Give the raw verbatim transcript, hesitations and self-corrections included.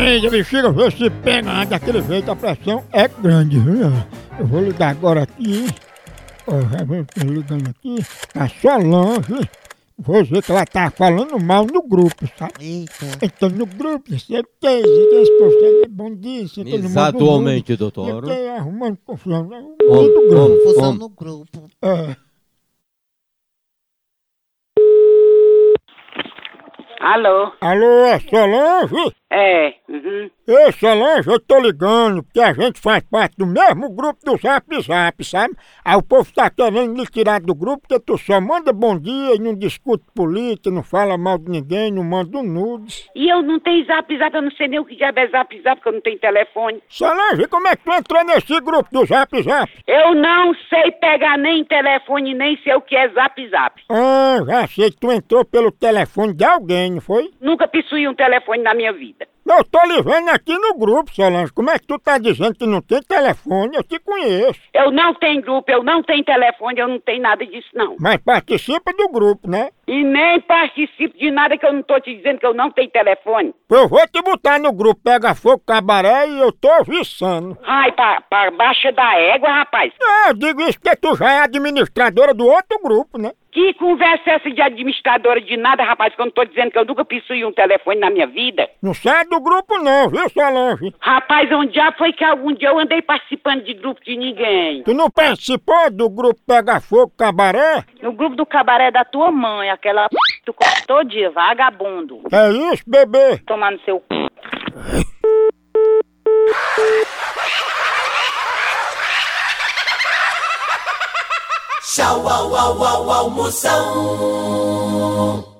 Ei, bexiga, vê se pega daquele jeito, a pressão é grande, viu? Eu vou ligar agora aqui. Ó, já vem ligando aqui. A Solange. Vou ver que ela tá falando mal no grupo, sabe? Eita. Então no grupo, você tem esse povo é bom disso. Exatamente, doutor. Você tá arrumando confusão no Om, meio do grupo. om, Confusão om. no grupo. É. Alô? Alô, é Solange? É, uhum. Ei, Solange, eu tô ligando porque a gente faz parte do mesmo grupo do Zap Zap, sabe? Aí o povo tá querendo me tirar do grupo porque tu só manda bom dia e não discute política, não fala mal de ninguém, não manda um nudes. E eu não tenho zap zap, eu não sei nem o que diabo é zap zap, porque eu não tenho telefone. Solange, como é que tu entrou nesse grupo do Zap Zap? Eu não sei pegar nem telefone, nem sei o que é zap zap. Ah, já sei que tu entrou pelo telefone de alguém, não foi? Nunca possuí um telefone na minha vida. Eu tô lhe vendo aqui no grupo, Solange. Como é que tu tá dizendo que não tem telefone? Eu te conheço. Eu não tenho grupo, eu não tenho telefone, eu não tenho nada disso não. Mas participa do grupo, né? E nem participo de nada que eu não tô te dizendo que eu não tenho telefone. Eu vou te botar no grupo Pega Fogo Cabaré e eu tô viçando. Ai, pra, pra baixa da égua, rapaz. É, eu digo isso porque tu já é administradora do outro grupo, né? Que conversa é essa de administradora de nada, rapaz, que eu não tô dizendo que eu nunca possuí um telefone na minha vida? Não sai do grupo não, viu, Solange? Rapaz, onde já foi que algum dia eu andei participando de grupo de ninguém? Tu não participou do grupo Pega Fogo Cabaré? No grupo do cabaré da tua mãe, aquela p... tu come todo dia, vagabundo. É isso, bebê? Tomar no seu c... Tchau, au, au, au, almoção.